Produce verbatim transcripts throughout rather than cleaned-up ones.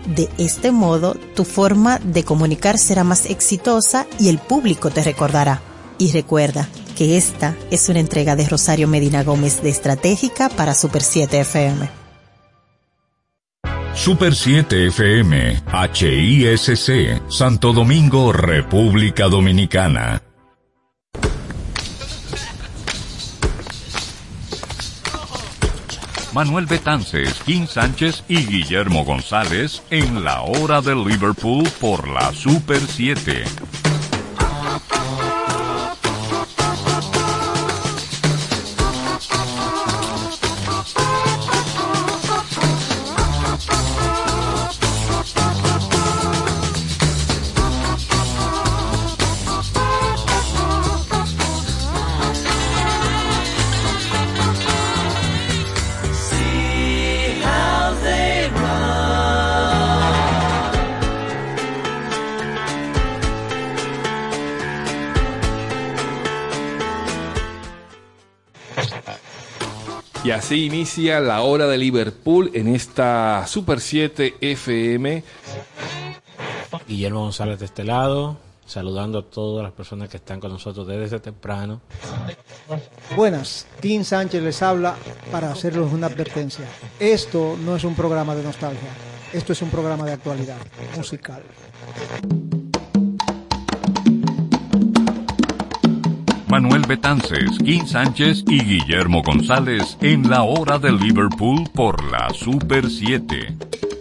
De este modo, tu forma de comunicar será más exitosa y el público te recordará. Y recuerda que esta es una entrega de Rosario Medina Gómez de Estratégica para Super siete F M. Super siete F M, H I S C, Santo Domingo, República Dominicana. Manuel Betances, Kim Sánchez y Guillermo González en la hora de Liverpool por la Super siete. Y así inicia la hora de Liverpool en esta Super siete F M. Guillermo González de este lado, saludando a todas las personas que están con nosotros desde temprano. Buenas, Kim Sánchez les habla para hacerles una advertencia. Esto no es un programa de nostalgia, esto es un programa de actualidad musical. Manuel Betances, Kim Sánchez y Guillermo González en la hora de Liverpool por la Super siete.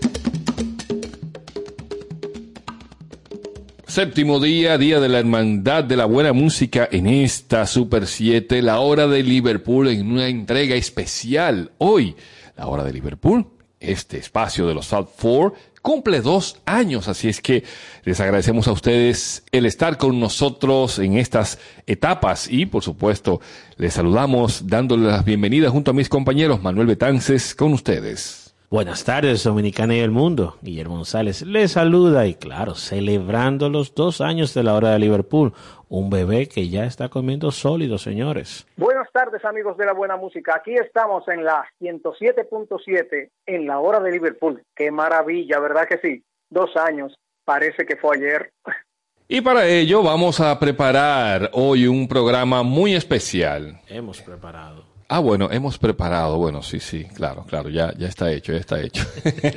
Séptimo día, día de la hermandad de la buena música en esta Super siete, la hora de Liverpool en una entrega especial. Hoy, la hora de Liverpool, este espacio de los South Four, cumple dos años, así es que les agradecemos a ustedes el estar con nosotros en estas etapas y, por supuesto, les saludamos dándoles las bienvenidas junto a mis compañeros Manuel Betances con ustedes. Buenas tardes, Dominicana y el mundo. Guillermo González les saluda y, claro, celebrando los dos años de la hora de Liverpool. Un bebé que ya está comiendo sólido, señores. Buenas tardes, amigos de la buena música. Aquí estamos en la ciento siete punto siete en la hora de Liverpool. Qué maravilla, ¿verdad que sí? Dos años. Parece que fue ayer. Y para ello vamos a preparar hoy un programa muy especial. Hemos preparado. Ah, bueno, hemos preparado, bueno, sí, sí, claro, claro, ya, ya está hecho, ya está hecho.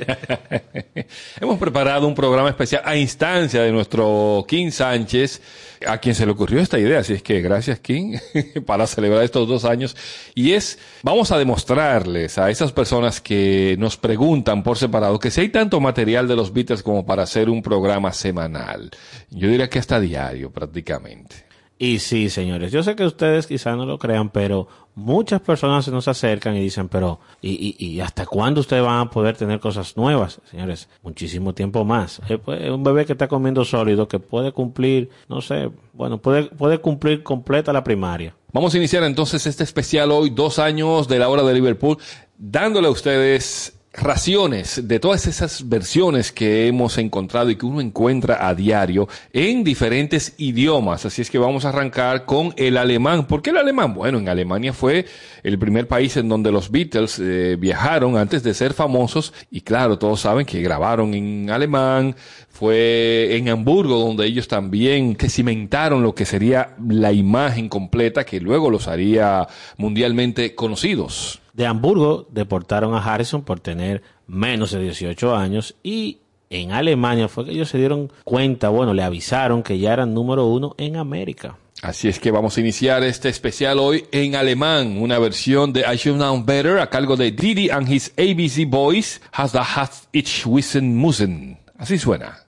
Hemos preparado un programa especial a instancia de nuestro Kim Sánchez, a quien se le ocurrió esta idea, así es que gracias, Kim, para celebrar estos dos años. Y es, vamos a demostrarles a esas personas que nos preguntan por separado que si hay tanto material de los Beatles como para hacer un programa semanal. Yo diría que hasta diario, prácticamente. Y sí, señores, yo sé que ustedes quizás no lo crean, pero muchas personas se nos acercan y dicen, pero ¿y, y, y hasta cuándo ustedes van a poder tener cosas nuevas? Señores, muchísimo tiempo más. Es un bebé que está comiendo sólido, que puede cumplir, no sé, bueno, puede, puede cumplir completa la primaria. Vamos a iniciar entonces este especial hoy, dos años de la hora de Liverpool, dándole a ustedes raciones de todas esas versiones que hemos encontrado y que uno encuentra a diario en diferentes idiomas. Así es que vamos a arrancar con el alemán. ¿Por qué el alemán? Bueno, en Alemania fue el primer país en donde los Beatles eh, viajaron antes de ser famosos y claro, todos saben que grabaron en alemán. Fue en Hamburgo donde ellos también se cimentaron lo que sería la imagen completa que luego los haría mundialmente conocidos. De Hamburgo deportaron a Harrison por tener menos de dieciocho años y en Alemania fue que ellos se dieron cuenta, bueno, le avisaron que ya eran número uno en América. Así es que vamos a iniciar este especial hoy en alemán, una versión de I Should Know Better a cargo de Didi and his A B C Boys, Has da Hat ich wissen müssen. Así suena.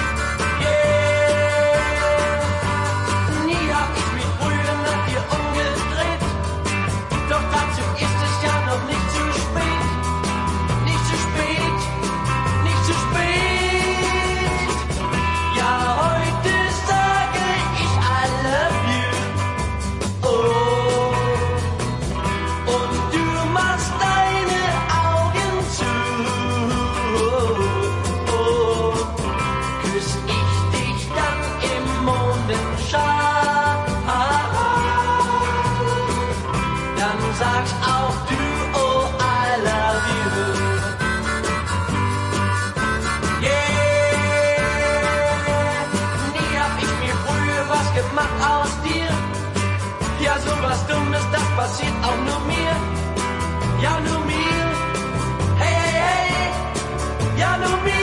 Nie hab ich mich früher nach dir umgesehen. Ja, sowas Dummes, das passiert auch nur mir. Ja, nur mir. Hey, hey, hey. Ja, nur mir.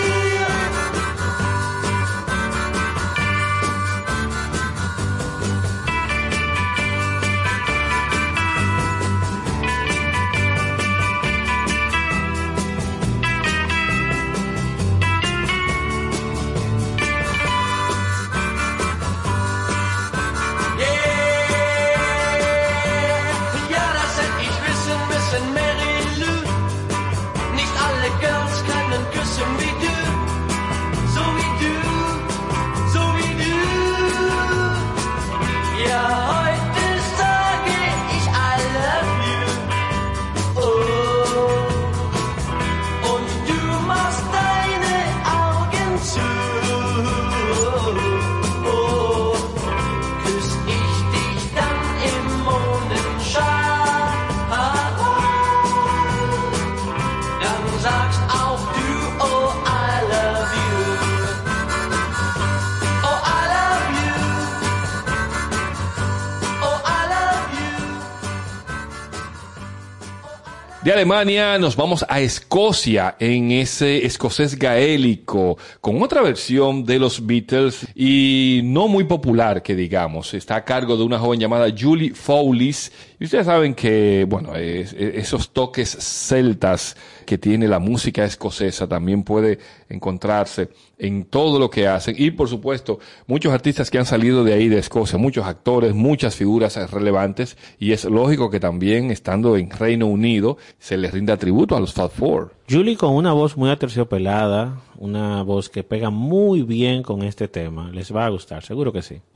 De Alemania nos vamos a Escocia en ese escocés gaélico con otra versión de los Beatles y no muy popular que digamos. Está a cargo de una joven llamada Julie Fowlis y ustedes saben que, bueno, es, es, esos toques celtas que tiene la música escocesa también puede encontrarse en todo lo que hacen y por supuesto muchos artistas que han salido de ahí de Escocia, muchos actores, muchas figuras relevantes y es lógico que también estando en Reino Unido se les rinda tributo a los Fab Four. Julie con una voz muy aterciopelada, una voz que pega muy bien con este tema, les va a gustar, seguro que sí.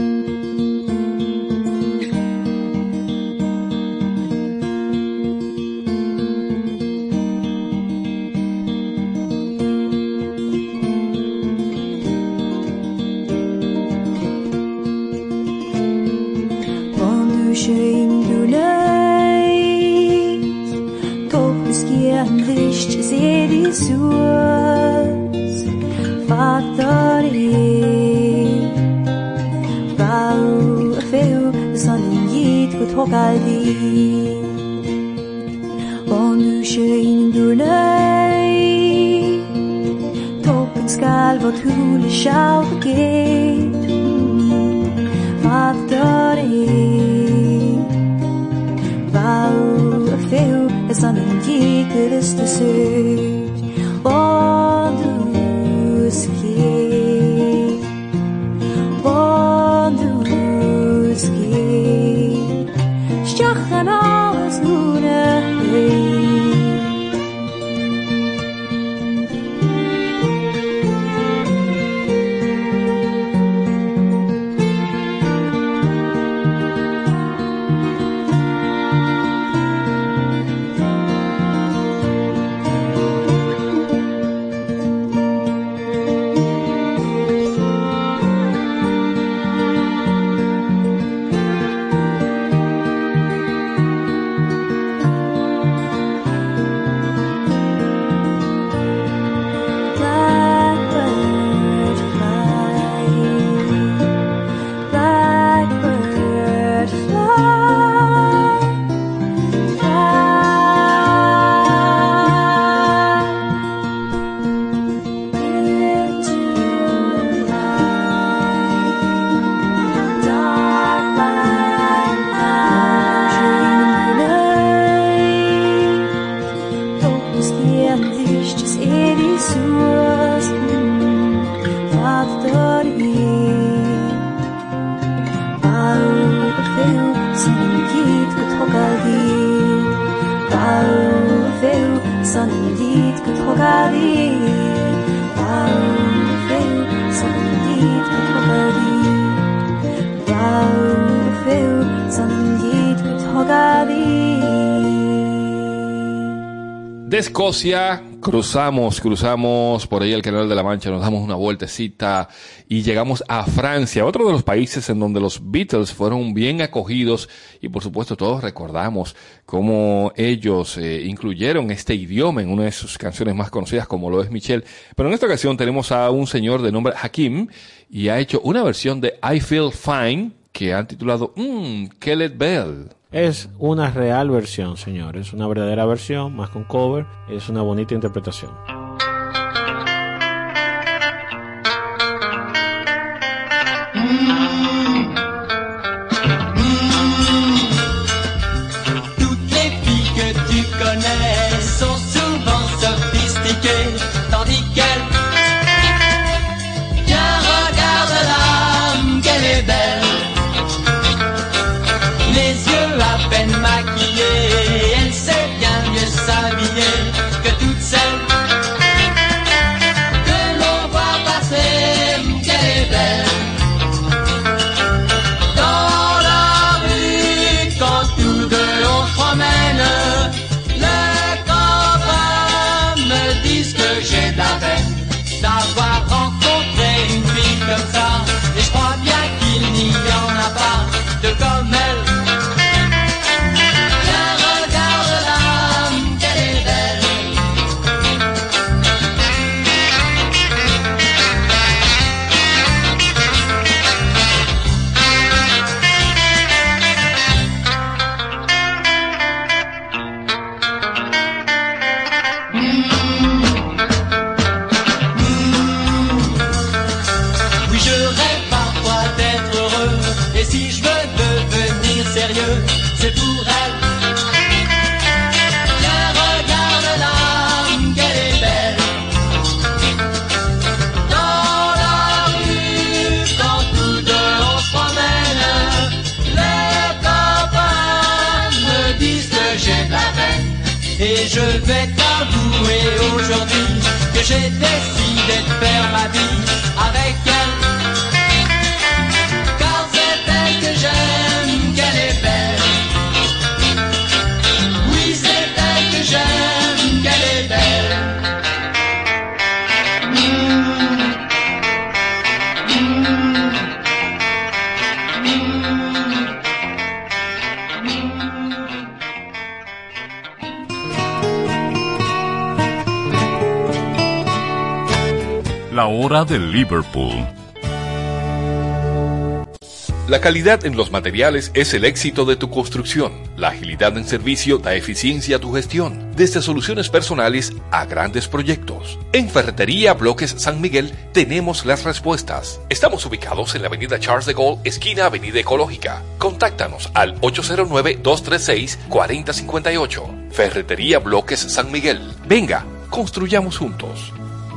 De Escocia cruzamos, cruzamos por ahí el Canal de la Mancha, nos damos una vueltecita y llegamos a Francia, otro de los países en donde los Beatles fueron bien acogidos y por supuesto todos recordamos cómo ellos eh, incluyeron este idioma en una de sus canciones más conocidas como lo es Michelle. Pero en esta ocasión tenemos a un señor de nombre Hakim y ha hecho una versión de I Feel Fine que han titulado mmm, Kelly Bell. Es una real versión, señores, una verdadera versión, más con cover, es una bonita interpretación. Toutes les filles que tu connais sont souvent sophistiquées, tandis qu'elle, tiens, regarde-la, qu'elle est belle. Les yeux à peine maquillés, elle sait bien mieux s'habiller que toutes celles que l'on voit passer, qu'elle est belle. Dans la rue, quand tous deux on se promène, les copains me disent que j'ai de la peine d'avoir rencontré une fille comme ça, et je crois bien qu'il n'y en a pas de comme elle. Tiens, regarde-la, qu'elle est belle. Oui, je rêve parfois d'être heureux, et si je veux devenir sérieux, c'est pour elle. Tiens, regarde-la, qu'elle est belle. Dans la rue, quand tous deux on se promène, les copains me disent que j'ai de la peine. Et je vais t'avouer aujourd'hui que j'ai décidé de faire ma vie avec elle. Car c'est elle que j'aime, qu'elle est belle. Oui, c'est elle que j'aime, qu'elle est belle. Mmh. Mmh. La hora de Liverpool. La calidad en los materiales es el éxito de tu construcción. La agilidad en servicio da eficiencia a tu gestión, desde soluciones personales a grandes proyectos. En Ferretería Bloques San Miguel tenemos las respuestas. Estamos ubicados en la avenida Charles de Gaulle, esquina Avenida Ecológica. Contáctanos al ocho cero nueve, dos tres seis, cuatro cero cinco ocho. Ferretería Bloques San Miguel. Venga, construyamos juntos.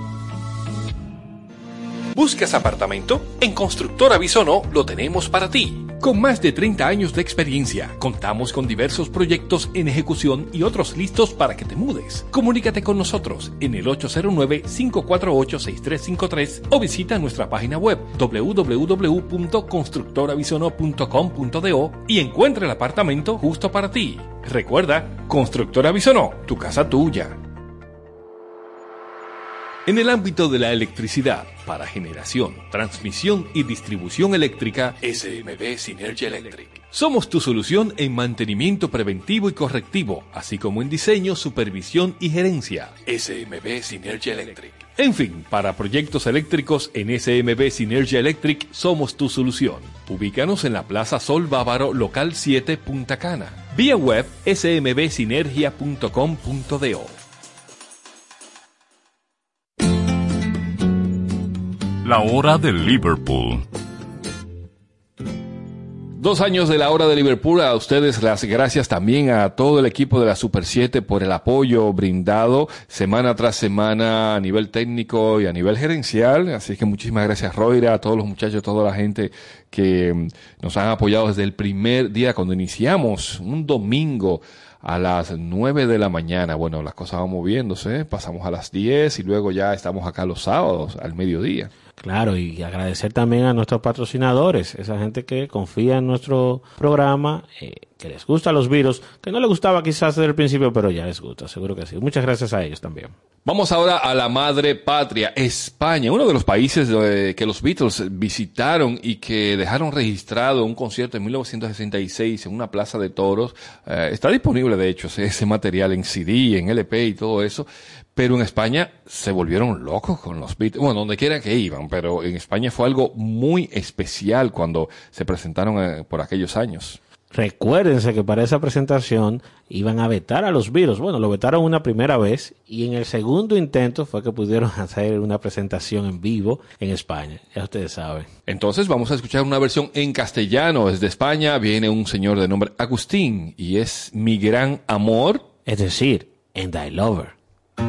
¿Buscas apartamento? En Constructora Bisonó lo tenemos para ti. Con más de treinta años de experiencia, contamos con diversos proyectos en ejecución y otros listos para que te mudes. Comunícate con nosotros en el ocho cero nueve, cinco cuatro ocho, seis tres cinco tres o visita nuestra página web doble u doble u doble u punto constructora bisonó punto com punto do y encuentra el apartamento justo para ti. Recuerda, Constructora Bisonó, tu casa tuya. En el ámbito de la electricidad, para generación, transmisión y distribución eléctrica, S M B Synergy Electric. Somos tu solución en mantenimiento preventivo y correctivo, así como en diseño, supervisión y gerencia. S M B Synergy Electric. En fin, para proyectos eléctricos en S M B Synergy Electric somos tu solución. Ubícanos en la Plaza Sol Bávaro, local siete, Punta Cana. Vía web s m b synergia punto com punto do. La hora de Liverpool. Dos años de la hora de Liverpool. A ustedes las gracias, también a todo el equipo de la Super siete por el apoyo brindado semana tras semana a nivel técnico y a nivel gerencial. Así que muchísimas gracias, Roira, a todos los muchachos, a toda la gente que nos han apoyado desde el primer día cuando iniciamos un domingo a las nueve de la mañana. Bueno, las cosas van moviéndose, pasamos a las diez y luego ya estamos acá los sábados al mediodía. Claro, y agradecer también a nuestros patrocinadores, esa gente que confía en nuestro programa, eh, que les gusta los Beatles, que no les gustaba quizás desde el principio, pero ya les gusta, seguro que sí. Muchas gracias a ellos también. Vamos ahora a la madre patria, España, uno de los países de, que los Beatles visitaron y que dejaron registrado un concierto en mil novecientos sesenta y seis en una plaza de toros. Eh, está disponible, de hecho, ese, ese material en C D, en L P y todo eso. Pero en España se volvieron locos con los Beatles. Bueno, donde quiera que iban, pero en España fue algo muy especial cuando se presentaron eh, por aquellos años. Recuérdense que para esa presentación iban a vetar a los Beatles. Bueno, lo vetaron una primera vez y en el segundo intento fue que pudieron hacer una presentación en vivo en España. Ya ustedes saben. Entonces vamos a escuchar una versión en castellano. Desde España viene un señor de nombre Agustín y es Mi Gran Amor. Es decir, And I Love Her.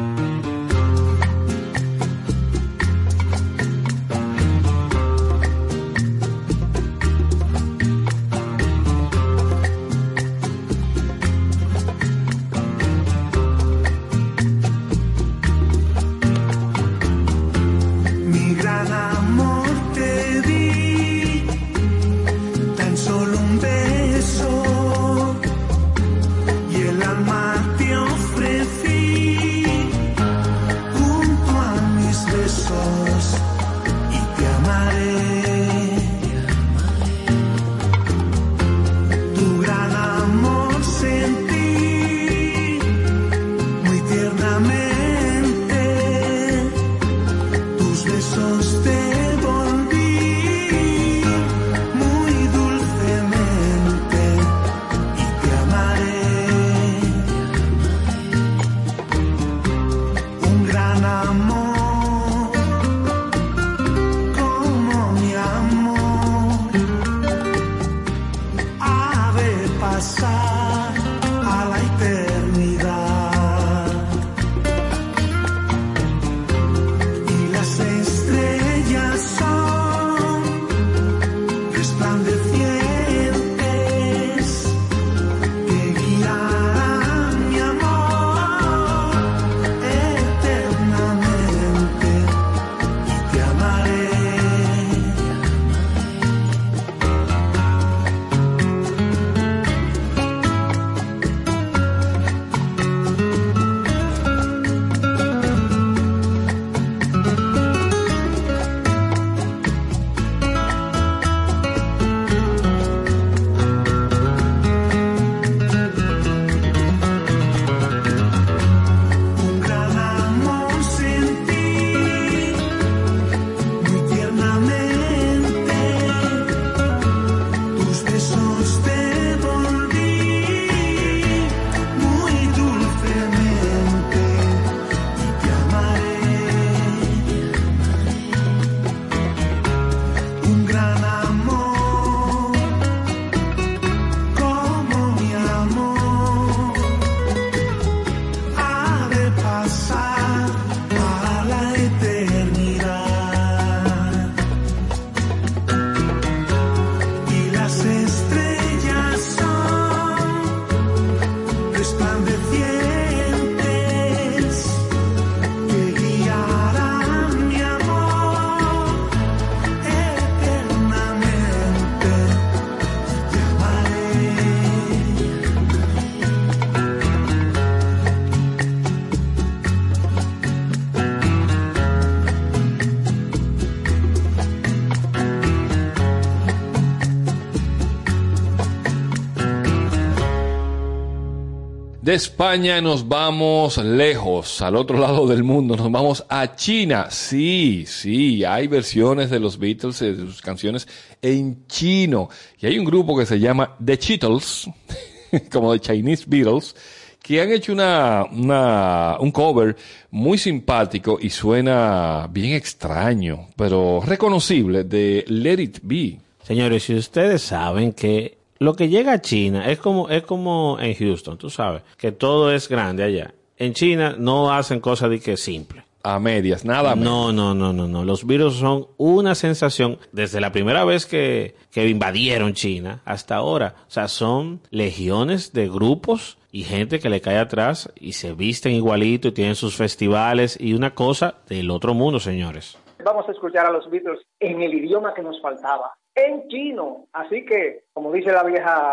De España nos vamos lejos, al otro lado del mundo, nos vamos a China. Sí, sí, hay versiones de los Beatles, de sus canciones en chino. Y hay un grupo que se llama The Cheetles, como The Chinese Beatles, que han hecho una, una, un cover muy simpático y suena bien extraño, pero reconocible, de Let It Be. Señores, si ustedes saben que lo que llega a China es como, es como en Houston, tú sabes, que todo es grande allá. En China no hacen cosas de que simple. A medias, nada más. No, no, no, no, no. Los Beatles son una sensación desde la primera vez que, que invadieron China hasta ahora. O sea, son legiones de grupos y gente que le cae atrás y se visten igualito y tienen sus festivales y una cosa del otro mundo, señores. Vamos a escuchar a los Beatles en el idioma que nos faltaba, en chino. Así que, como dice la vieja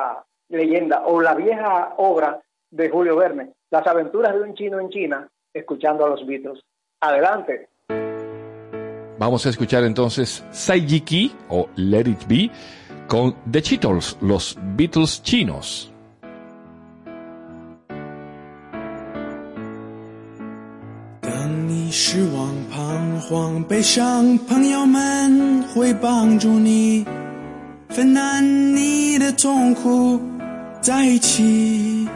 leyenda o la vieja obra de Julio Verne, Las aventuras de un chino en China, escuchando a los Beatles. Adelante. Vamos a escuchar entonces Saiyiki o Let It Be con The Beatles, los Beatles chinos. 当你失望、彷徨、悲伤，朋友们会帮助你，分担你的痛苦，在一起。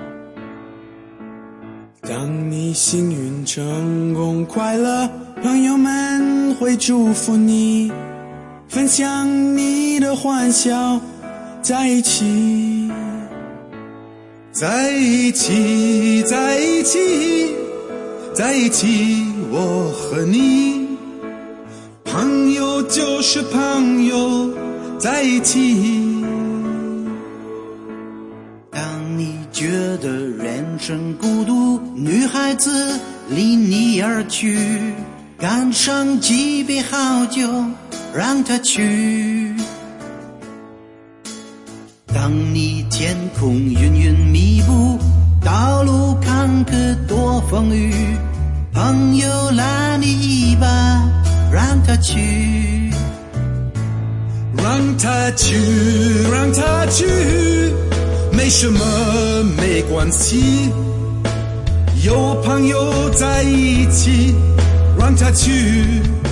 当你幸运、成功、快乐，朋友们会祝福你，分享你的欢笑，在一起，在一起，在一起。在一起，我和你，朋友就是朋友，在一起。 当你觉得人生孤独，女孩子离你而去，赶上几杯好酒，让她去。当你天空云云密布，道路坎坷多风雨，朋友拉你一把，让他去， 让他去，让他去，没什么没关系，有朋友在一起，让他去，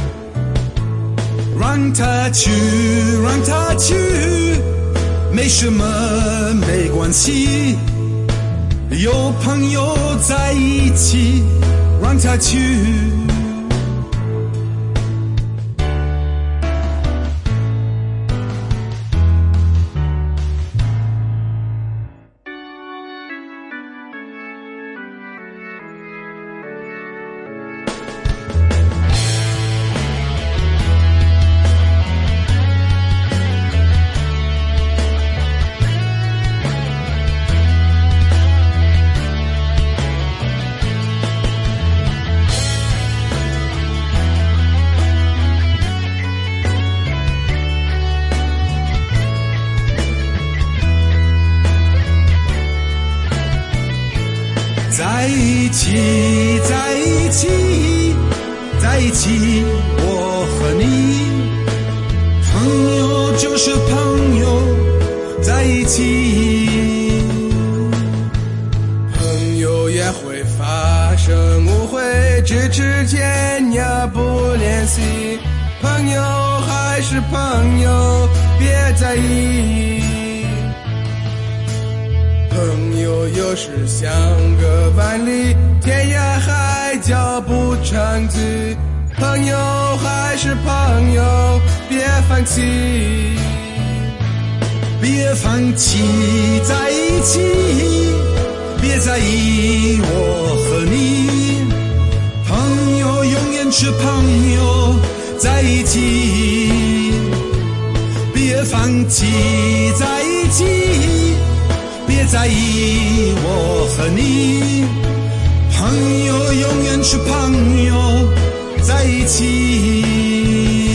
让他去，让他去，没什么没关系，有朋友在一起，让他去。在一起，在一起，在一起，我和你，朋友就是朋友，在一起。朋友也会发生误会，咫尺天涯不联系，朋友还是朋友，别在意。朋友有时相隔万里，天涯海角不长聚，朋友还是朋友，别放弃，别放弃，在一起，别在意我和你，朋友永远是朋友，在一起，别放弃，在一起，别在意我和你，朋友永远是朋友，在一起。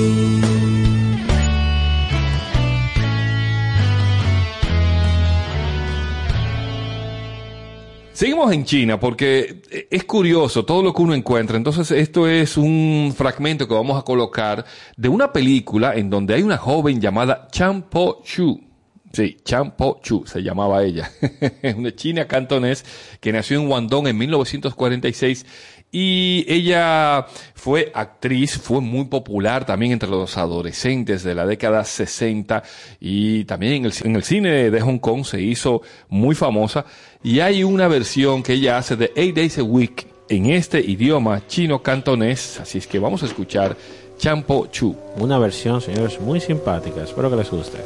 Seguimos en China porque es curioso todo lo que uno encuentra. Entonces esto es un fragmento que vamos a colocar de una película en donde hay una joven llamada Chan Po Chu. Sí, Chan Po Chu se llamaba ella. Una china cantonés que nació en Guangdong en mil novecientos cuarenta y seis y ella fue actriz, fue muy popular también entre los adolescentes de la década sesenta y también en el, en el cine de Hong Kong se hizo muy famosa y hay una versión que ella hace de Eight Days a Week en este idioma chino cantonés, así es que vamos a escuchar Chan Po Chu. Una versión, señores, muy simpática, espero que les guste.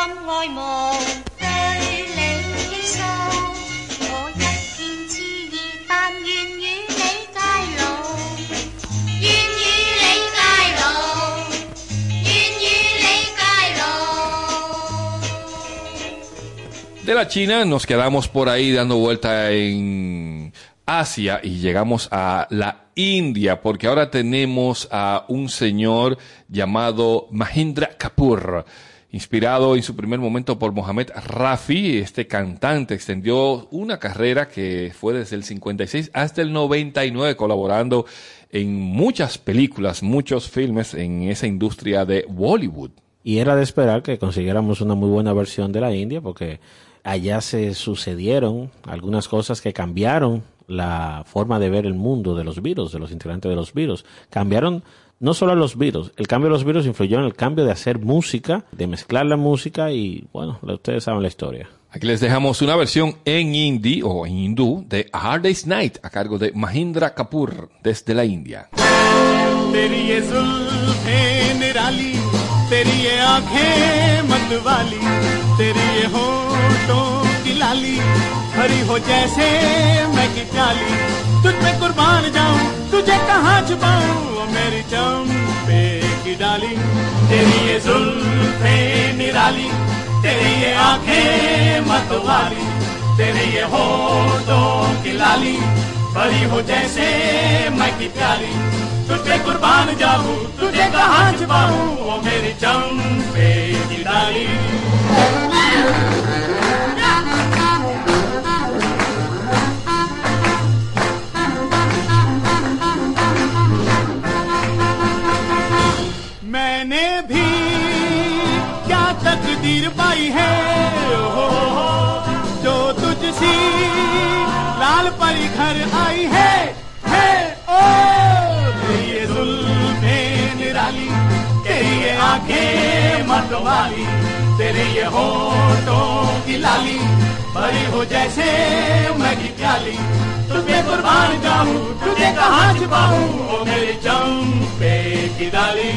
愛慕，對你訴，我一片痴意，但願與你偕老，願與你偕老，願與你偕老。 De la China nos quedamos por ahí dando vuelta en Asia y llegamos a la India, porque ahora tenemos a un señor llamado Mahendra Kapoor, inspirado en su primer momento por Mohamed Rafi. Este cantante extendió una carrera que fue desde el cincuenta y seis hasta el noventa y nueve, colaborando en muchas películas, muchos filmes en esa industria de Bollywood. Y era de esperar que consiguiéramos una muy buena versión de la India, porque allá se sucedieron algunas cosas que cambiaron la forma de ver el mundo de los Beatles, de los integrantes de los Beatles. Cambiaron no solo a los Beatles, el cambio de los Beatles influyó en el cambio de hacer música, de mezclar la música y, bueno, ustedes saben la historia. Aquí les dejamos una versión en hindi o en hindú de A Hard Day's Night a cargo de Mahendra Kapoor desde la India. तेरी ये आंखें मत वाली, तेरी ये होठों की लाली, हरी हो जैसे मैं की प्याली, तुझ पे कुर्बान जाऊं, तुझे कहाँ छुपाऊं, ओ मेरी चंपे की डाली, तेरी ये जुल्फें निराली, तेरी ये आंखें मत वाली, तेरी ये होठों की लाली, हरी हो जैसे मैं की प्याली, तुझे कुर्बान जाऊं, तुझे कहाँ छुपाऊं, ओ मेरी चंपे की डाली। मैंने भी क्या तकदीर पाई है, ओ जो तुझसी लाल परी घर आई है, है ओ तेरी जुल्फें निराली, तेरी ये आंखें मतवाली, तेरे ये होठों की लाली, भरी हो जैसे मैं की प्याली, तुझे कुर्बान जाऊं, तुझे कहाँ छुपाऊं, ओ मेरी चंपे की डाली।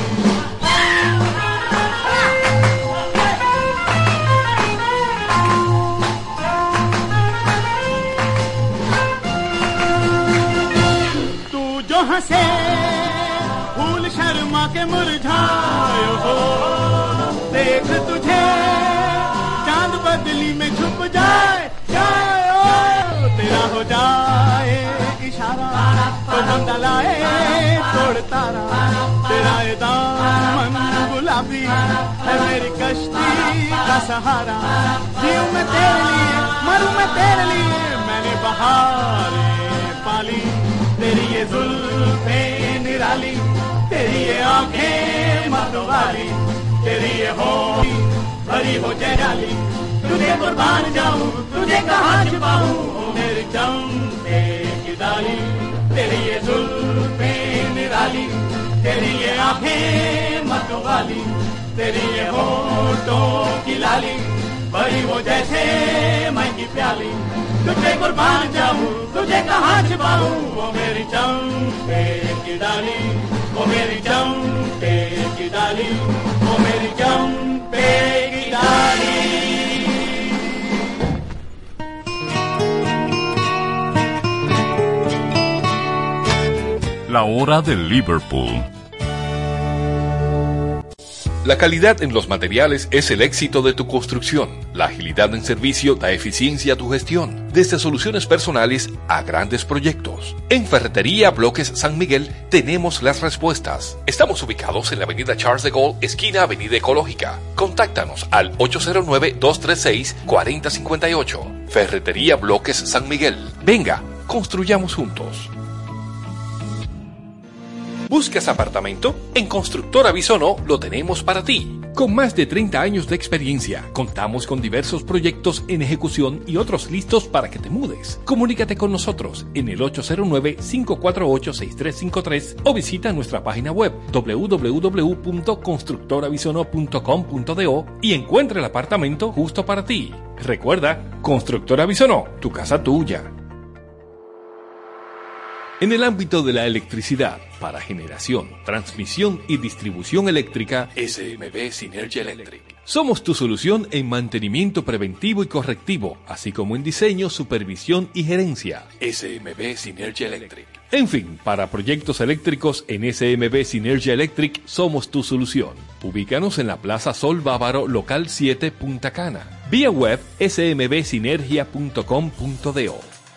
हंसे फूल शर्मा के मुरझाए हो, देख तुझे चांद बदली में छुप जाए, जाए ओ तेरा हो जाए इशारा, तो हम डलाए तोड़ तारा, तेरा ये दामन गुलाबी है मेरी कश्ती का सहारा, जीऊं मैं तेरे लिए, मरूं मैं तेरे लिए, मैंने बहारें पाली, तेरी ये जुल्फें निराली, तेरी ये आंखें मतवाली, तेरी ये होठी भरी हो जयराली, तुझे कुर्बान जाऊं, तुझे कहाँ छुपाऊं, ओ मेरी चंपे की डाली, तेरी ये जुल्फें निराली, तेरी ये आंखें मतवाली, तेरी ये होठों की लाली, भरी हो जैसे मैं की प्याली, तुझे कुर्बान जाऊं, तुझे कहाँ छुपाऊं, वो मेरी चंपे की डाली, वो मेरी चंपे की डाली, वो मेरी चंपे की डाली। La hora de Liverpool. La calidad en los materiales es el éxito de tu construcción. La agilidad en servicio da eficiencia a tu gestión, desde soluciones personales a grandes proyectos. En Ferretería Bloques San Miguel tenemos las respuestas. Estamos ubicados en la avenida Charles de Gaulle, esquina Avenida Ecológica. Contáctanos al ocho cero nueve, dos tres seis, cuatro cero cinco ocho. Ferretería Bloques San Miguel. Venga, construyamos juntos. ¿Buscas apartamento? En Constructora Bisonó lo tenemos para ti. Con más de treinta años de experiencia, contamos con diversos proyectos en ejecución y otros listos para que te mudes. Comunícate con nosotros en el ocho cero nueve, cinco cuatro ocho, seis tres cinco tres o visita nuestra página web doble u doble u doble u punto constructora bisonó punto com punto do y encuentra el apartamento justo para ti. Recuerda, Constructora Bisonó, tu casa tuya. En el ámbito de la electricidad, para generación, transmisión y distribución eléctrica, S M B Synergy Electric. Somos tu solución en mantenimiento preventivo y correctivo, así como en diseño, supervisión y gerencia. S M B Synergy Electric. En fin, para proyectos eléctricos en S M B Synergy Electric somos tu solución. Ubícanos en la Plaza Sol Bávaro, local siete, Punta Cana. Vía web s m b synergia punto com punto do.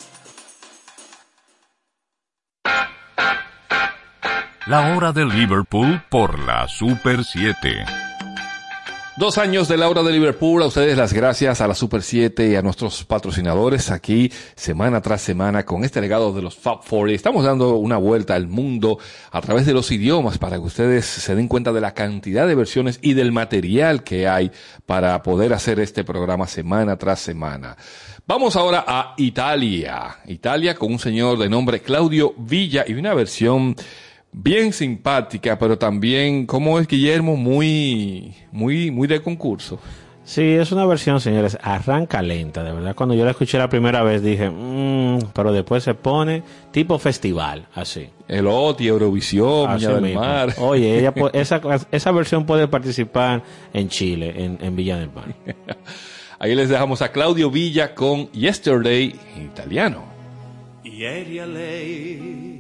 La hora de Liverpool por la Super siete. Dos años de la hora de Liverpool. A ustedes las gracias, a la Super siete y a nuestros patrocinadores aquí semana tras semana con este legado de los Fab cuarenta. Estamos dando una vuelta al mundo a través de los idiomas para que ustedes se den cuenta de la cantidad de versiones y del material que hay para poder hacer este programa semana tras semana. Vamos ahora a Italia. Italia con un señor de nombre Claudio Villa y una versión bien simpática, pero también, como es Guillermo, muy, muy, muy de concurso. Sí, es una versión, señores, arranca lenta, de verdad. Cuando yo la escuché la primera vez dije, mmm, pero después se pone tipo festival, así. El O T I, Eurovisión, Viña del Mar. Oye, ella esa, esa versión puede participar en Chile, en, en Viña del Mar. Ahí les dejamos a Claudio Villa con Yesterday en italiano. Ieri a lei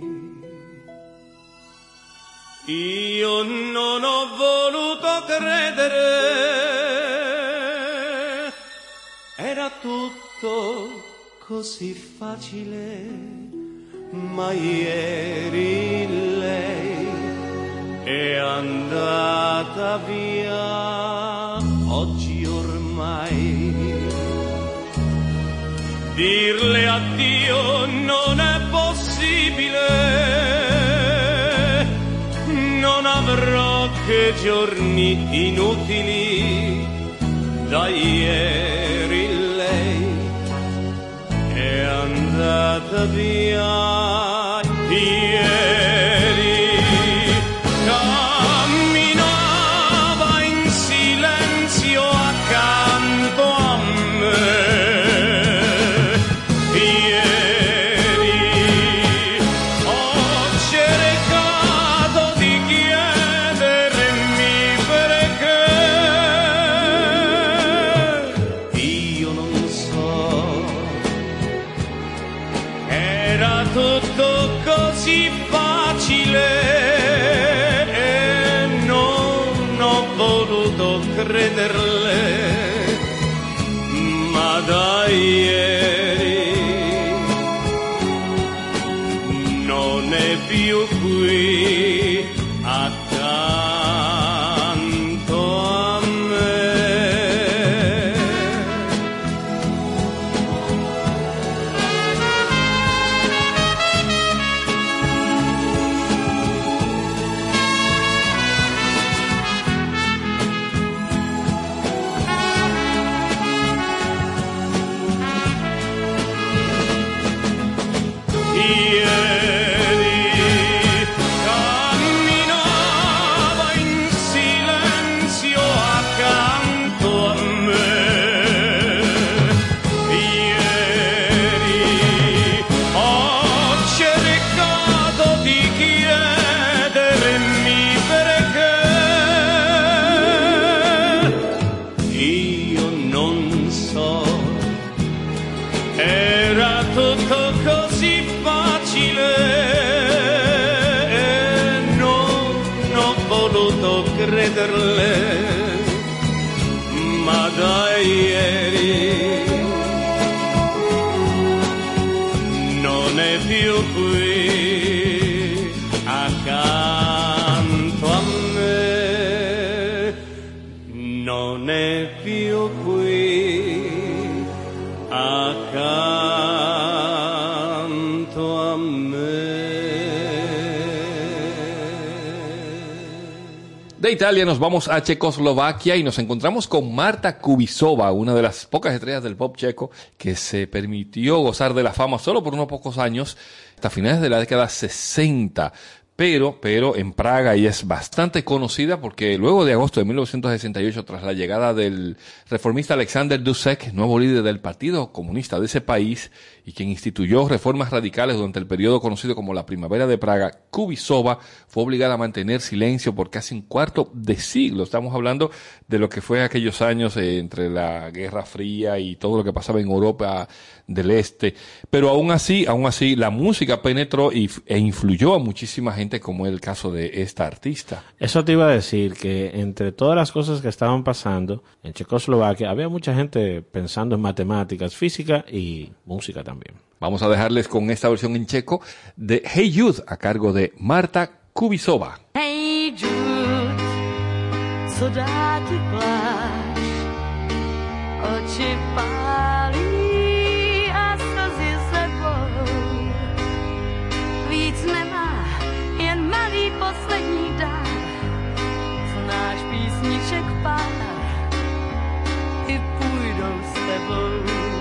io non ho voluto credere, era tutto così facile, ma ieri lei è andata via, oggi ormai dirle addio non è possibile. Non avrò che giorni inutili, da ieri lei è andata via, ieri camminava in silenzio accanto a me. Crederle, ma da ieri non è più qui accanto a me. Crederle, ma da ieri non è più qui accanto a me, non è più qui accanto a me. De Italia nos vamos a Checoslovaquia y nos encontramos con Marta Kubisova, una de las pocas estrellas del pop checo que se permitió gozar de la fama solo por unos pocos años, hasta finales de la década sesenta. pero, pero en Praga ella es bastante conocida porque luego de agosto de mil novecientos sesenta y ocho, tras la llegada del reformista Alexander Dusek, nuevo líder del Partido Comunista de ese país y quien instituyó reformas radicales durante el periodo conocido como la Primavera de Praga, Kubisova fue obligada a mantener silencio por casi un cuarto de siglo. Estamos hablando de lo que fue aquellos años eh, entre la Guerra Fría y todo lo que pasaba en Europa del Este. Pero aún así, aún así, la música penetró y, e influyó a muchísima gente, como es el caso de esta artista. Eso te iba a decir, que entre todas las cosas que estaban pasando en Checoslovaquia, había mucha gente pensando en matemáticas, física y música también. Vamos a dejarles con esta versión en checo de Hey Jude, a cargo de Marta Kubisova. Hey Jude, co dá ti pláč, oči pálí a slzy sebou. Víc nemá, jen malý poslední dár, znáš písniček pár, i půjdou s tebou.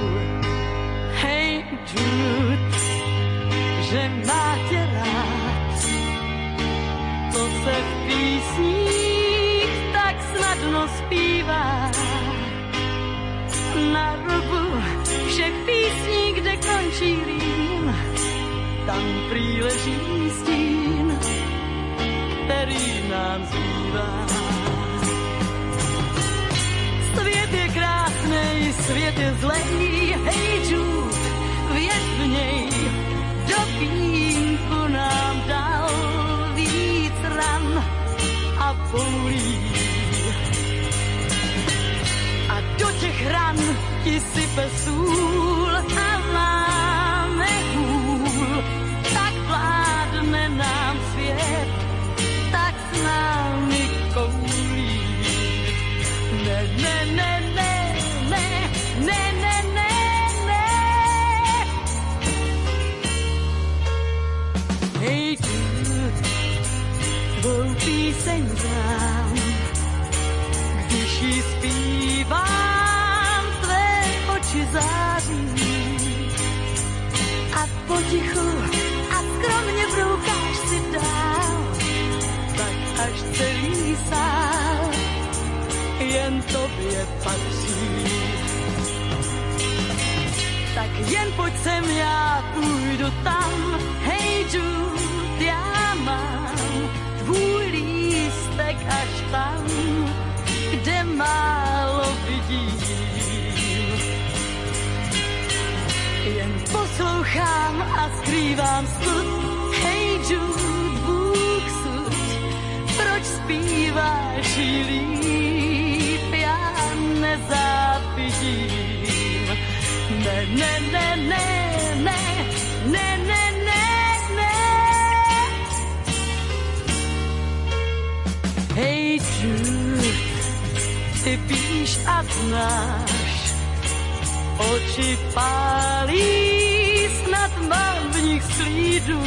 Hey Jude, že má tě rád, to se v písních tak snadno zpívá. Na rubu všech písní, kde končí rým, tam prý leží stín, který nám zbývá. Svět je krásnej, svět je zlej, hej Jude, věř v něj, do pínku nám dal víc ran a bolí. A do těch ran ti sype sůl a láme hůl, tak vládne nám svět, tak s námi koulí. Ne, ne, ne, ne, ne, ne, ne, ne, ne. Hej Jude, tvou píseň znám, když ji zpívám, tvé oči září a potichu a skromně broukáš si dál, tak až celý sál jen tobě patří. Tak jen pojď sem, já půjdu tam, hej Jude, já mám tvůj lístek až tam, kde málo vidím. Jen poslouchám a skrývám stud, hej Jude, Bůh suď, proč zpíváš jí líp, já nezávidím. Ne, ne, ne, ne, ne, ne, ne, ne, ne. Hej Jude, ty píš a znáš, oči pálí, snad mám v nich slídu.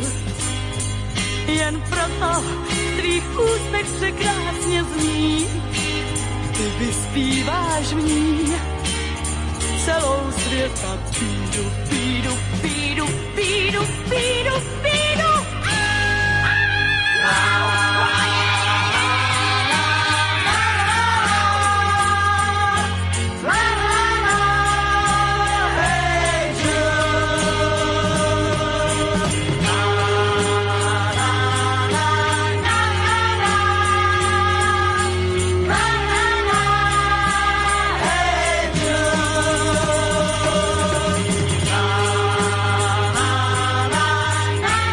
Jen proto v tvých ústech překrásně zní, ty vyspíváš v ní celou světa pídu, pídu, pídu, pídu, pídu, pídu. La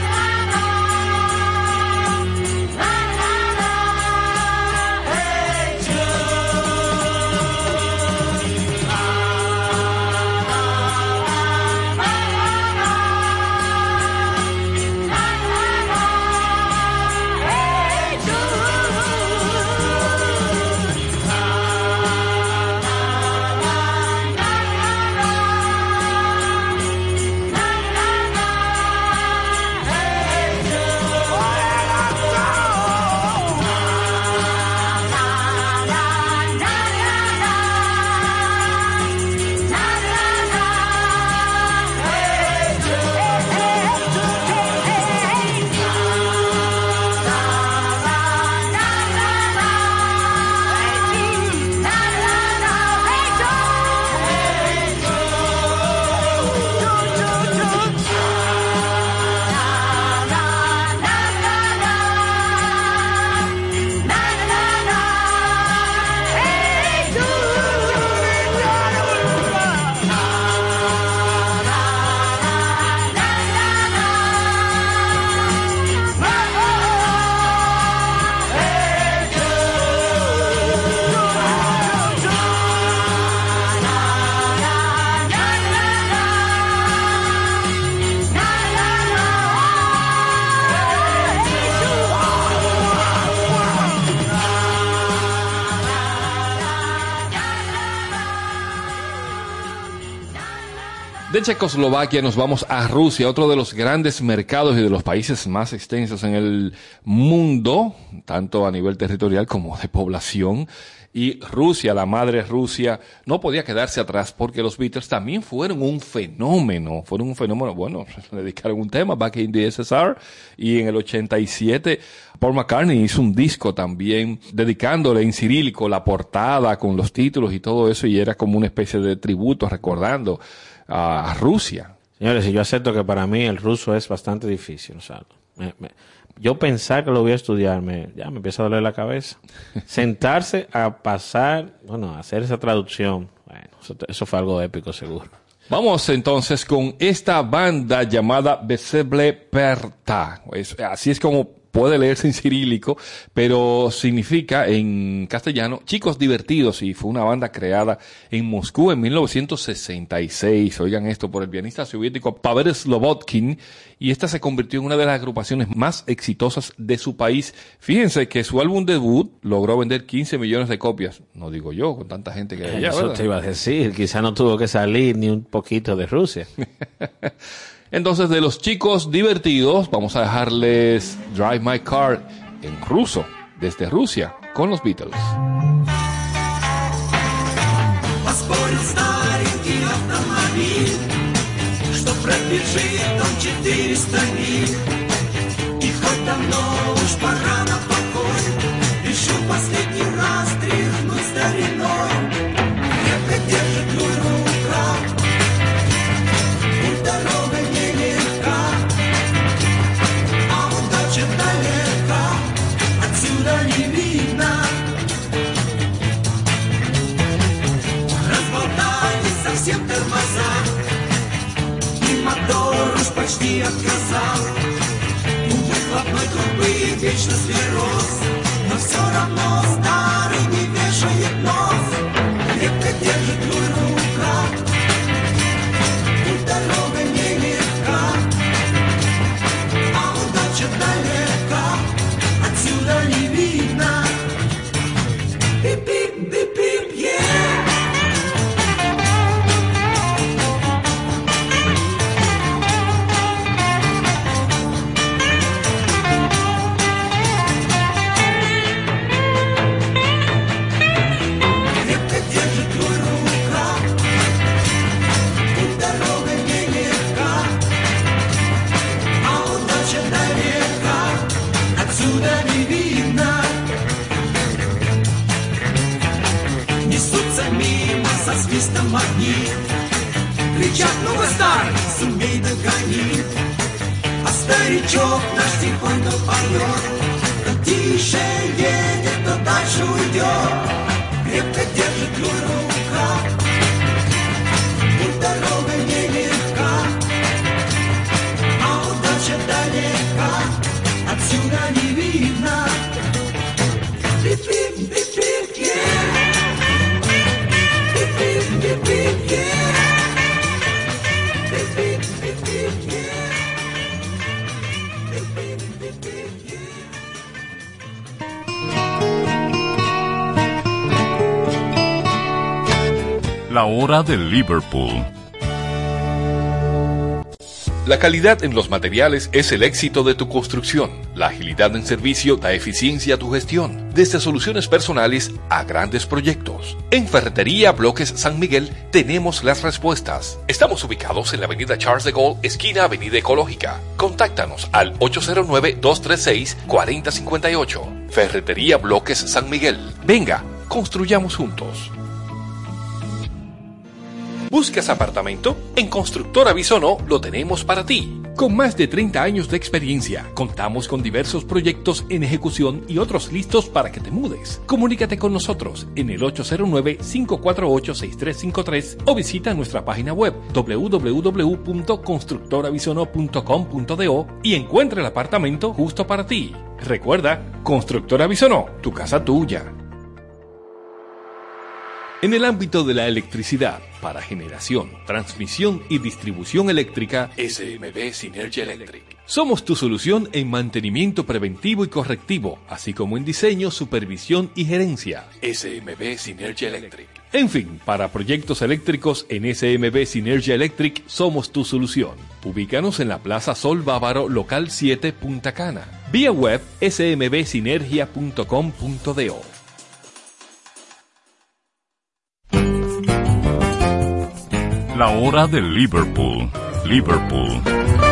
De Checoslovaquia nos vamos a Rusia, otro de los grandes mercados y de los países más extensos en el mundo, tanto a nivel territorial como de población. Y Rusia, la madre Rusia, no podía quedarse atrás porque los Beatles también fueron un fenómeno, fueron un fenómeno, bueno, le dedicaron un tema, Back in the S S R, y en el ochenta y siete Paul McCartney hizo un disco también dedicándole en cirílico la portada con los títulos y todo eso, y era como una especie de tributo recordando a Rusia. Señores, y yo acepto que para mí el ruso es bastante difícil, o sea, me, me, yo pensar que lo voy a estudiar, me, ya me empieza a doler la cabeza. Sentarse a pasar, bueno, a hacer esa traducción, bueno, eso, eso fue algo épico seguro. Vamos entonces con esta banda llamada Veseble Perta. Es, así es como puede leerse en cirílico, pero significa en castellano chicos divertidos, y fue una banda creada en Moscú en mil novecientos sesenta y seis. Oigan esto, por el pianista soviético Pavel Slobodkin, y esta se convirtió en una de las agrupaciones más exitosas de su país. Fíjense que su álbum debut logró vender quince millones de copias. No digo yo, con tanta gente que hay allá, Eso ¿verdad? te iba a decir, quizá no tuvo que salir ni un poquito de Rusia. Entonces, de los chicos divertidos, vamos a dejarles Drive My Car en ruso, desde Rusia, con los Beatles. Поспорил старенький автомобиль, что пробежит он четыреста миль. И хоть давно уж пора на покой, решил последний раз тряхнуть стариной. Крепко держит руль в руках, путь дорога нелегка, а удача далека, отсюда не видно. Разболтались совсем тормоза, и мотор уж почти отказал. У выхлопной трубы вечно склероз, но все равно старый не вешает нос. Крепко держит руль в руках, путь дорога нелегка, а удача далека, отсюда не видно. Бип-бип, бип-бип, yeah. Свистом огни, кричат: ну вы старый, сумей догони. А старичок наш тихонько поет, то тише едет, то дальше уйдет. Крепко держит руль в руках, путь дорога нелегка, а удача далека, отсюда не видно. Бип-бип, бип-бип, yeah. La hora de Liverpool. La calidad en los materiales es el éxito de tu construcción. La agilidad en servicio da eficiencia a tu gestión, desde soluciones personales a grandes proyectos. En Ferretería Bloques San Miguel tenemos las respuestas. Estamos ubicados en la avenida Charles de Gaulle, esquina Avenida Ecológica. Contáctanos al ocho cero nueve, dos tres seis, cuatro cero cinco ocho. Ferretería Bloques San Miguel. Venga, construyamos juntos. ¿Buscas apartamento? En Constructora Bisonó lo tenemos para ti. Con más de treinta años de experiencia, contamos con diversos proyectos en ejecución y otros listos para que te mudes. Comunícate con nosotros en el ocho cero nueve, cinco cuatro ocho, seis tres cinco tres o visita nuestra página web doble u doble u doble u punto constructora bisonó punto com punto do y encuentra el apartamento justo para ti. Recuerda, Constructora Bisonó, tu casa tuya. En el ámbito de la electricidad, para generación, transmisión y distribución eléctrica, S M B Synergy Electric. Somos tu solución en mantenimiento preventivo y correctivo, así como en diseño, supervisión y gerencia. S M B Synergy Electric. En fin, para proyectos eléctricos en S M B Sinergia Electric somos tu solución. Ubícanos en la Plaza Sol Bávaro, local siete, Punta Cana. Vía web s m b sinergia punto com punto do. La hora de Liverpool. Liverpool.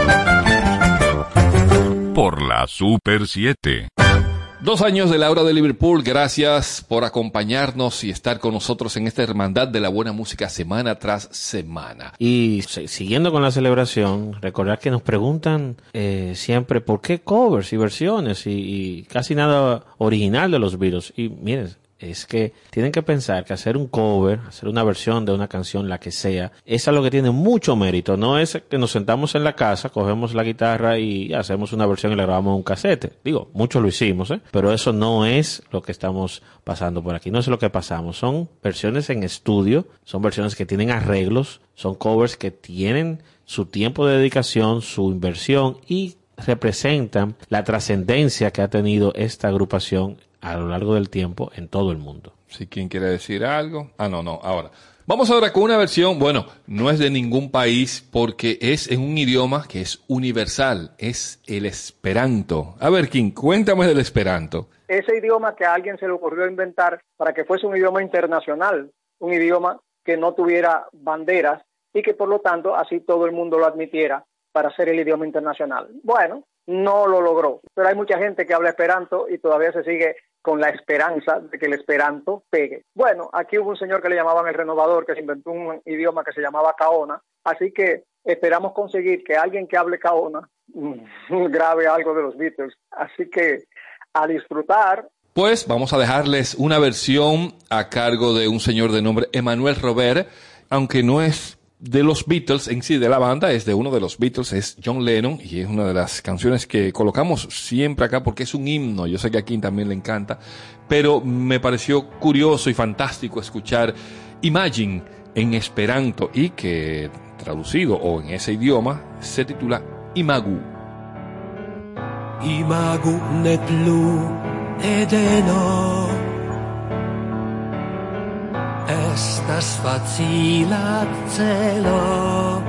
Por la Super siete. Dos años de la hora de Liverpool, gracias por acompañarnos y estar con nosotros en esta hermandad de la buena música semana tras semana. Y siguiendo con la celebración, recordar que nos preguntan eh, siempre por qué covers y versiones y, y casi nada original de los Beatles. Y miren, es que tienen que pensar que hacer un cover, hacer una versión de una canción, la que sea, es algo que tiene mucho mérito. No es que nos sentamos en la casa, cogemos la guitarra y hacemos una versión y le grabamos un casete. Digo, muchos lo hicimos, ¿eh? Pero eso no es lo que estamos pasando por aquí. No es lo que pasamos. Son versiones en estudio, son versiones que tienen arreglos, son covers que tienen su tiempo de dedicación, su inversión y representan la trascendencia que ha tenido esta agrupación a lo largo del tiempo en todo el mundo. Si quien quiere decir algo. Ah, no, no, ahora. Vamos ahora con una versión, bueno, no es de ningún país porque es en un idioma que es universal, es el Esperanto. A ver, King, cuéntame del Esperanto. Ese idioma que a alguien se le ocurrió inventar para que fuese un idioma internacional, un idioma que no tuviera banderas y que por lo tanto así todo el mundo lo admitiera para ser el idioma internacional. Bueno, no lo logró, pero hay mucha gente que habla Esperanto y todavía se sigue con la esperanza de que el Esperanto pegue. Bueno, aquí hubo un señor que le llamaban el renovador, que se inventó un idioma que se llamaba Kaona, así que esperamos conseguir que alguien que hable Kaona grabe algo de los Beatles. Así que a disfrutar. Pues vamos a dejarles una versión a cargo de un señor de nombre Emmanuel Robert, aunque no es de los Beatles en sí, de la banda, es de uno de los Beatles, es John Lennon, y es una de las canciones que colocamos siempre acá porque es un himno. Yo sé que a Kim también le encanta, pero me pareció curioso y fantástico escuchar Imagine en Esperanto y que traducido o en ese idioma se titula Imagu. Imagu ne plu edeno estas facila celo,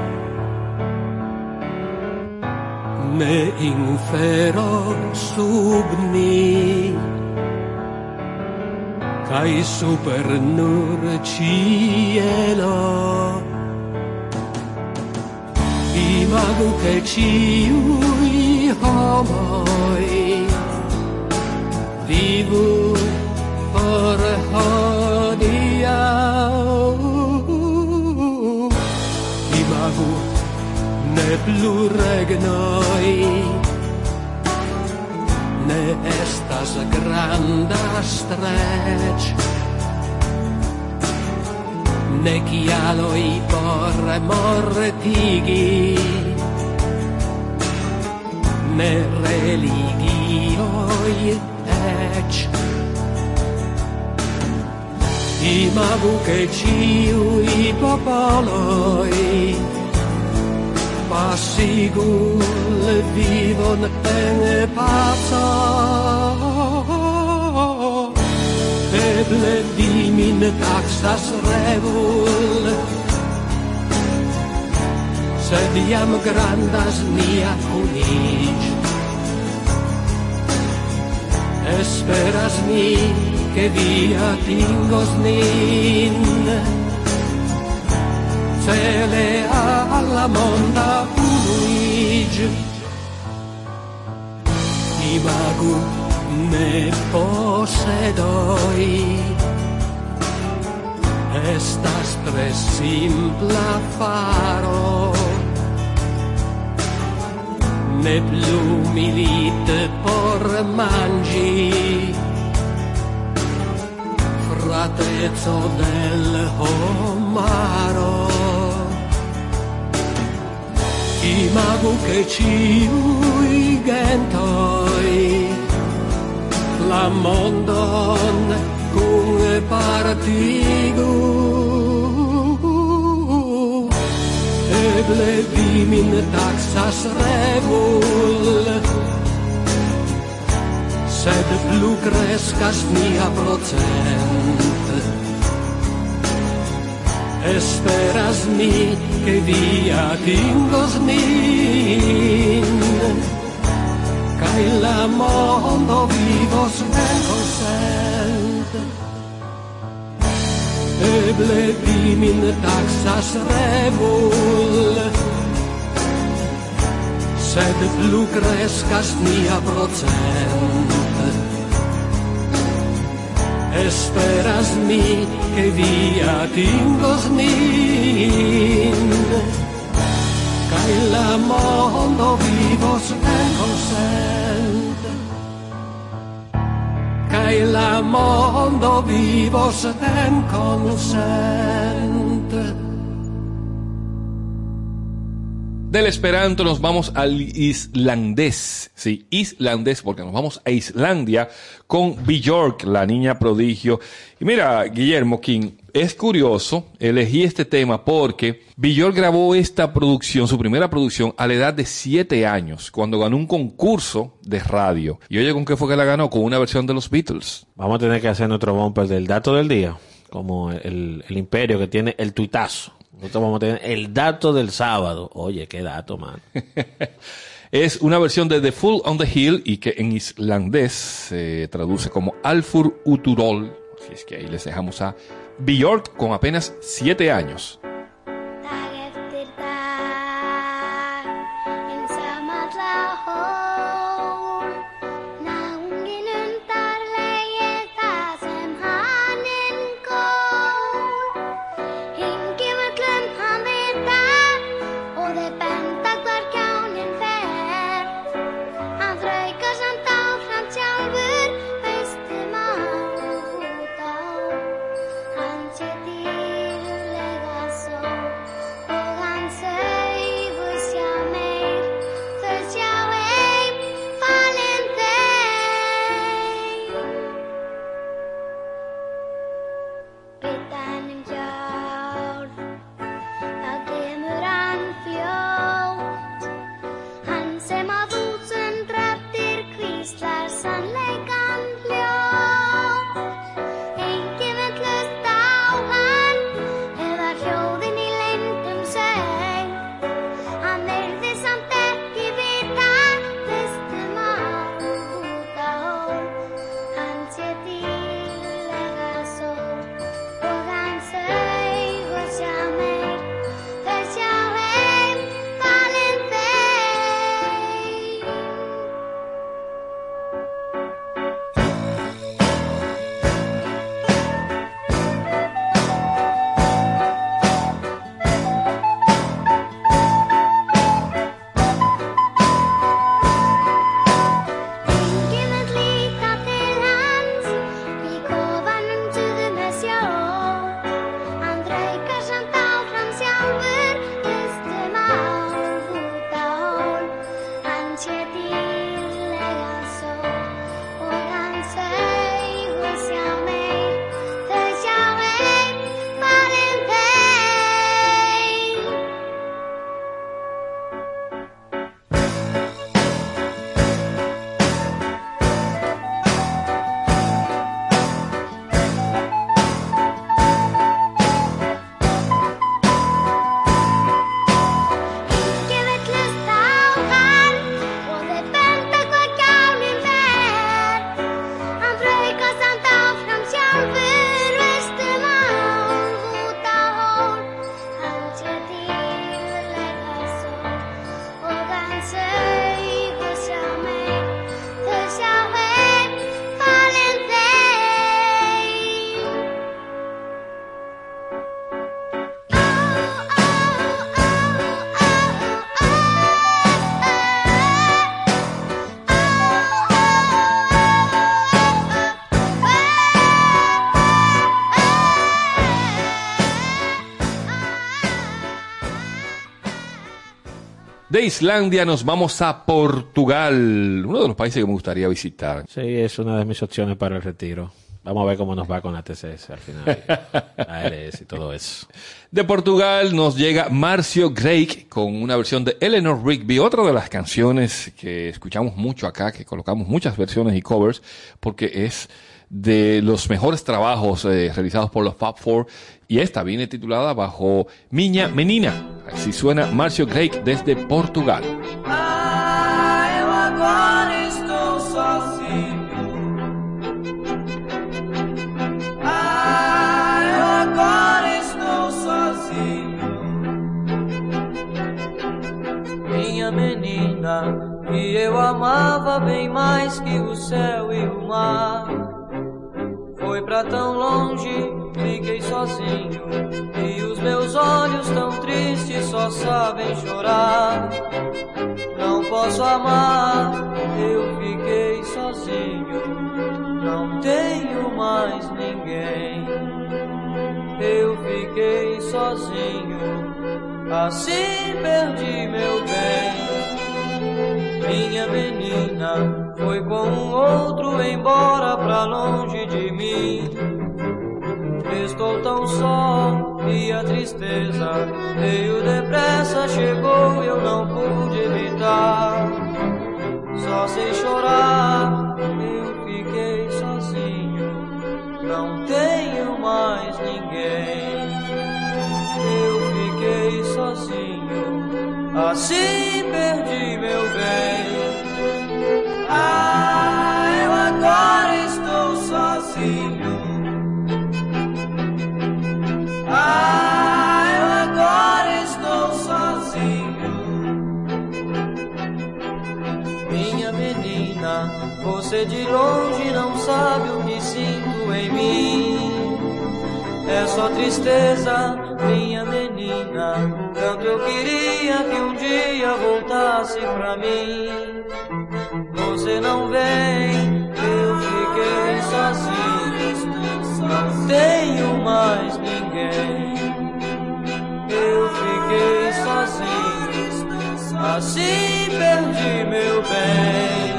me infero sub ni, kai super nur cielo. Imagu che ciui homoi vivu por hodia. Imagu ne plu regnoi, ne estas granda strec, ne kialoi por mortigi, ne religioi ec. Imagu che ciui popoloi passigul vivon en paco, eble vi min taxas revul, sed iam grandas nia unic. Esperas mi che vi atingos nin, cele alla monda unuig. Imagu ne posedoi, estas tre simpla faro, ne plu milite por mangi, fratezzo del homaro. Imagu che ciui gentoi la mondon cum partigu, eble vi min taxas revul, sed plu crescas mia procent. Esperas-me que dia tingos min Kai la mondo vivos ben consent Eble vi min taxas revul Sed plu crescas nia procent Esperas-me que dia tingos min Kai la mondo vivos en consent Kai la mondo vivos en consent Del esperanto nos vamos al islandés, sí, islandés, porque nos vamos a Islandia con Björk, la niña prodigio. Y mira, Guillermo King, es curioso, elegí este tema porque Björk grabó esta producción, su primera producción, a la edad de siete años, cuando ganó un concurso de radio. Y oye, ¿con qué fue que la ganó? Con una versión de los Beatles. Vamos a tener que hacer nuestro bumper del dato del día, como el, el imperio que tiene el tuitazo. Nosotros vamos a tener el dato del sábado. Oye, qué dato, man. Es una versión de The Fool on the Hill y que en islandés se traduce como Alfur Uturol. Así es que ahí les dejamos a Björk con apenas siete años. De Islandia nos vamos a Portugal, uno de los países que me gustaría visitar. Sí, es una de mis opciones para el retiro. Vamos a ver cómo nos va con la T C S al final. A R S y todo eso. De Portugal nos llega Márcio Greig con una versión de Eleanor Rigby, otra de las canciones que escuchamos mucho acá, que colocamos muchas versiones y covers, porque es de los mejores trabajos eh, realizados por los Fab Four, y esta viene titulada bajo Minha Menina. Así suena Márcio Greig desde Portugal. Ah, eu agora estou sozinho. Ah, eu agora estou sozinho. Minha menina, que eu amava bem mais que o céu e o mar, foi pra tão longe, fiquei sozinho, e os meus olhos tão tristes só sabem chorar. Não posso amar, eu fiquei sozinho, não tenho mais ninguém. Eu fiquei sozinho, assim perdi meu bem. Minha menina foi com um outro embora pra longe de mim. Estou tão só e a tristeza veio depressa, chegou e eu não pude evitar. Só sei chorar, eu fiquei sozinho, não tenho mais ninguém. Eu fiquei sozinho, assim perdi meu bem. Ah, eu agora estou sozinho. Ah, eu agora estou sozinho. Minha menina, você de longe não sabe o que sinto em mim. É só tristeza, minha menina, tanto eu queria que um dia voltasse pra mim. Você não vem, eu fiquei sozinho, não tenho mais ninguém. Eu fiquei sozinho, assim perdi meu bem.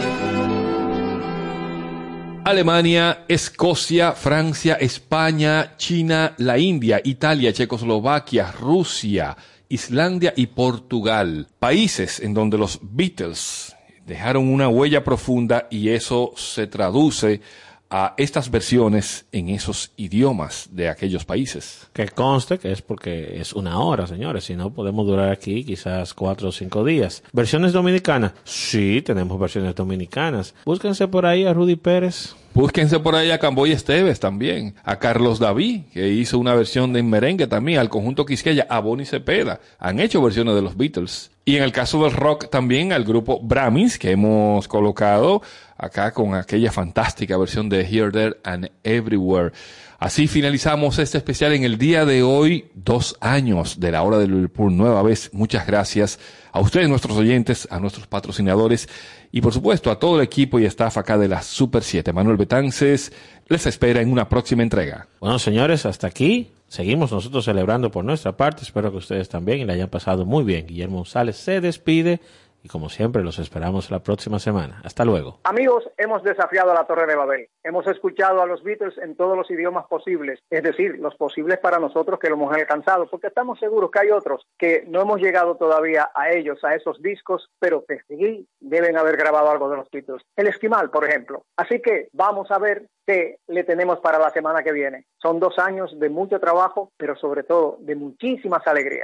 Alemania, Escocia, Francia, España, China, la India, Italia, Checoslovaquia, Rusia, Islandia y Portugal. Países en donde los Beatles dejaron una huella profunda, y eso se traduce a estas versiones en esos idiomas de aquellos países. Que conste que es porque es una hora, señores. Si no, podemos durar aquí quizás cuatro o cinco días. ¿Versiones dominicanas? Sí, tenemos versiones dominicanas. Búsquense por ahí a Rudy Pérez. Búsquense por ahí a Camboy Esteves también, a Carlos David, que hizo una versión de merengue también, al conjunto Quisqueya, a Bonnie Cepeda. Han hecho versiones de los Beatles. Y en el caso del rock también al grupo Brahms, que hemos colocado acá con aquella fantástica versión de Here, There and Everywhere. Así finalizamos este especial en el día de hoy, dos años de la hora de Liverpool. Nueva vez, muchas gracias a ustedes, nuestros oyentes, a nuestros patrocinadores y por supuesto a todo el equipo y staff acá de la Super siete. Manuel Betances les espera en una próxima entrega. Bueno, señores, hasta aquí. Seguimos nosotros celebrando por nuestra parte. Espero que ustedes también y la hayan pasado muy bien. Guillermo González se despide. Y como siempre, los esperamos la próxima semana. Hasta luego. Amigos, hemos desafiado a la Torre de Babel. Hemos escuchado a los Beatles en todos los idiomas posibles, es decir, los posibles para nosotros que lo hemos alcanzado, porque estamos seguros que hay otros que no hemos llegado todavía a ellos, a esos discos, pero que sí deben haber grabado algo de los Beatles. El Esquimal, por ejemplo. Así que vamos a ver qué le tenemos para la semana que viene. Son dos años de mucho trabajo, pero sobre todo de muchísimas alegrías.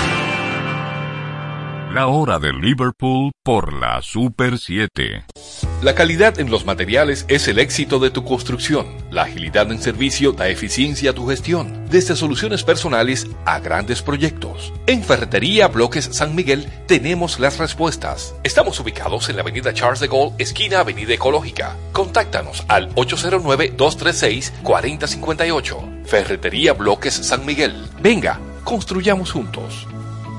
La hora de Liverpool por la Super siete. La calidad en los materiales es el éxito de tu construcción. La agilidad en servicio da eficiencia a tu gestión. Desde soluciones personales a grandes proyectos. En Ferretería Bloques San Miguel tenemos las respuestas. Estamos ubicados en la avenida Charles de Gaulle, esquina Avenida Ecológica. Contáctanos al ocho cero nueve, dos tres seis, cuatro cero cinco ocho. Ferretería Bloques San Miguel. Venga, construyamos juntos.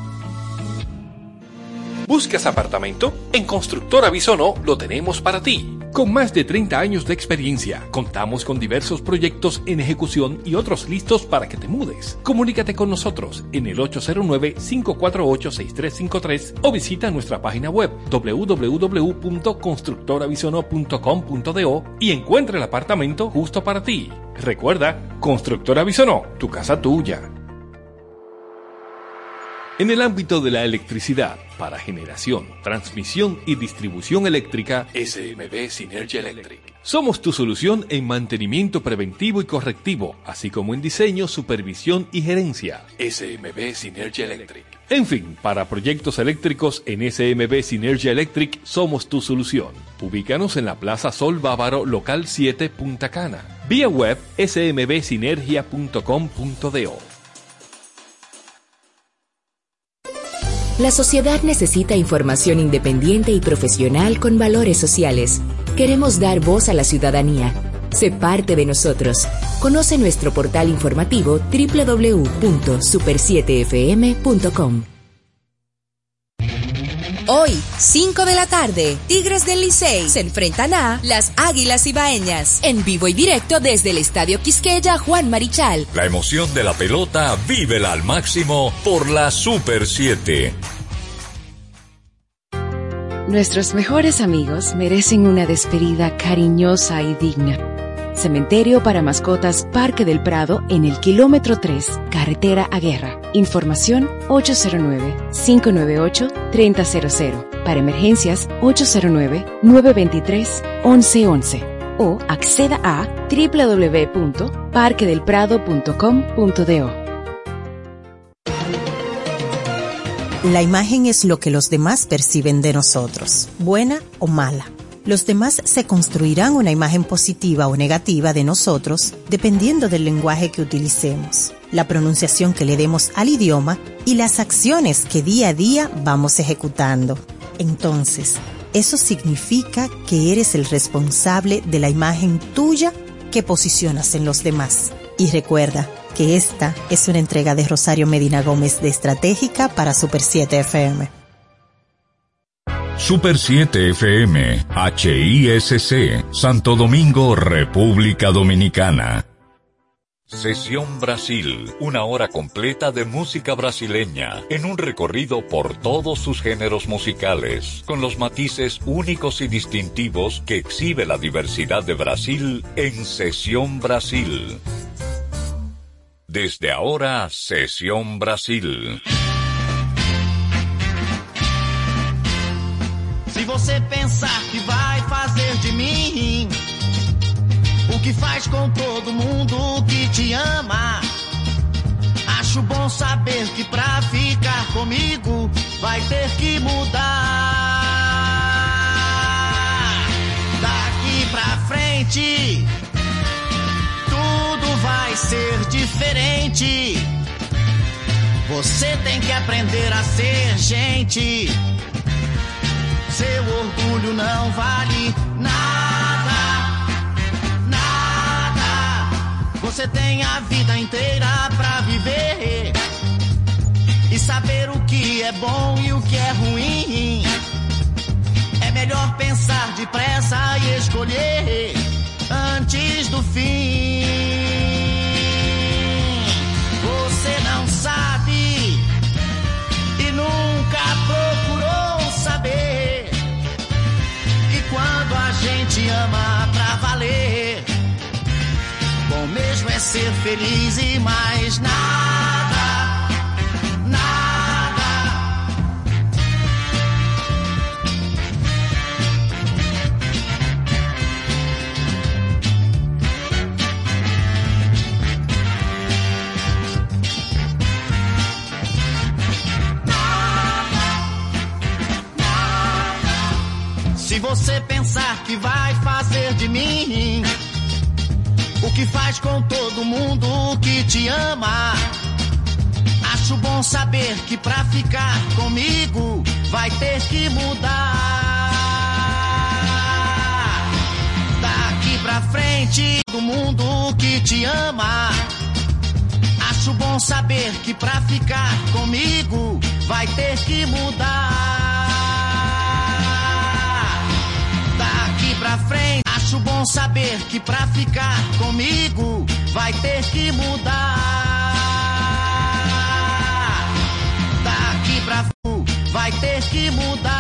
¿Buscas apartamento? En Constructora Bisonó lo tenemos para ti. Con más de treinta años de experiencia, contamos con diversos proyectos en ejecución y otros listos para que te mudes. Comunícate con nosotros en el ocho cero nueve, cinco cuatro ocho, seis tres cinco tres o visita nuestra página web doble u doble u doble u punto constructora bisonó punto com punto do y encuentra el apartamento justo para ti. Recuerda, Constructora Bisonó, tu casa tuya. En el ámbito de la electricidad, para generación, transmisión y distribución eléctrica, S M B Synergy Electric. Somos tu solución en mantenimiento preventivo y correctivo, así como en diseño, supervisión y gerencia. S M B Synergy Electric. En fin, para proyectos eléctricos en S M B Synergy Electric somos tu solución. Ubícanos en la Plaza Sol Bávaro, local siete, Punta Cana. Vía web s m b synergia punto com punto do. La sociedad necesita información independiente y profesional con valores sociales. Queremos dar voz a la ciudadanía. Sé parte de nosotros. Conoce nuestro portal informativo doble u doble u doble u punto super siete f m punto com. Hoy, cinco de la tarde, Tigres del Licey se enfrentan a las Águilas Ibaeñas. En vivo y directo desde el Estadio Quisqueya Juan Marichal. La emoción de la pelota, vívela al máximo por la Super siete. Nuestros mejores amigos merecen una despedida cariñosa y digna. Cementerio para Mascotas Parque del Prado en el kilómetro tres, carretera a Guerra. Información ocho cero nueve, cinco nueve ocho, tres cero cero cero. Para emergencias ocho cero nueve, nueve dos tres, once once. O acceda a doble u doble u doble u punto parque del prado punto com punto do. La imagen es lo que los demás perciben de nosotros, buena o mala. Los demás se construirán una imagen positiva o negativa de nosotros dependiendo del lenguaje que utilicemos, la pronunciación que le demos al idioma y las acciones que día a día vamos ejecutando. Entonces, eso significa que eres el responsable de la imagen tuya que posicionas en los demás. Y recuerda que esta es una entrega de Rosario Medina Gómez de Estratégica para Super siete F M. Super siete F M, H I S C, Santo Domingo, República Dominicana. Sesión Brasil, una hora completa de música brasileña, en un recorrido por todos sus géneros musicales, con los matices únicos y distintivos que exhibe la diversidad de Brasil en Sesión Brasil. Desde ahora, Sesión Brasil. Se você pensar que vai fazer de mim o que faz com todo mundo que te ama, acho bom saber que pra ficar comigo vai ter que mudar. Daqui pra frente tudo vai ser diferente. Você tem que aprender a ser gente. Seu orgulho não vale nada, nada. Você tem a vida inteira pra viver e saber o que é bom e o que é ruim. É melhor pensar depressa e escolher antes do fim. Você não sabe e nunca procurou saber que quando a gente ama pra valer, bom mesmo é ser feliz e mais nada, nada. Se você pensar que vai fazer de mim o que faz com todo mundo que te ama, acho bom saber que pra ficar comigo vai ter que mudar. Daqui pra frente, todo mundo que te ama, acho bom saber que pra ficar comigo vai ter que mudar. Daqui pra frente, acho bom saber que pra ficar comigo vai ter que mudar. Daqui pra frente vai ter que mudar.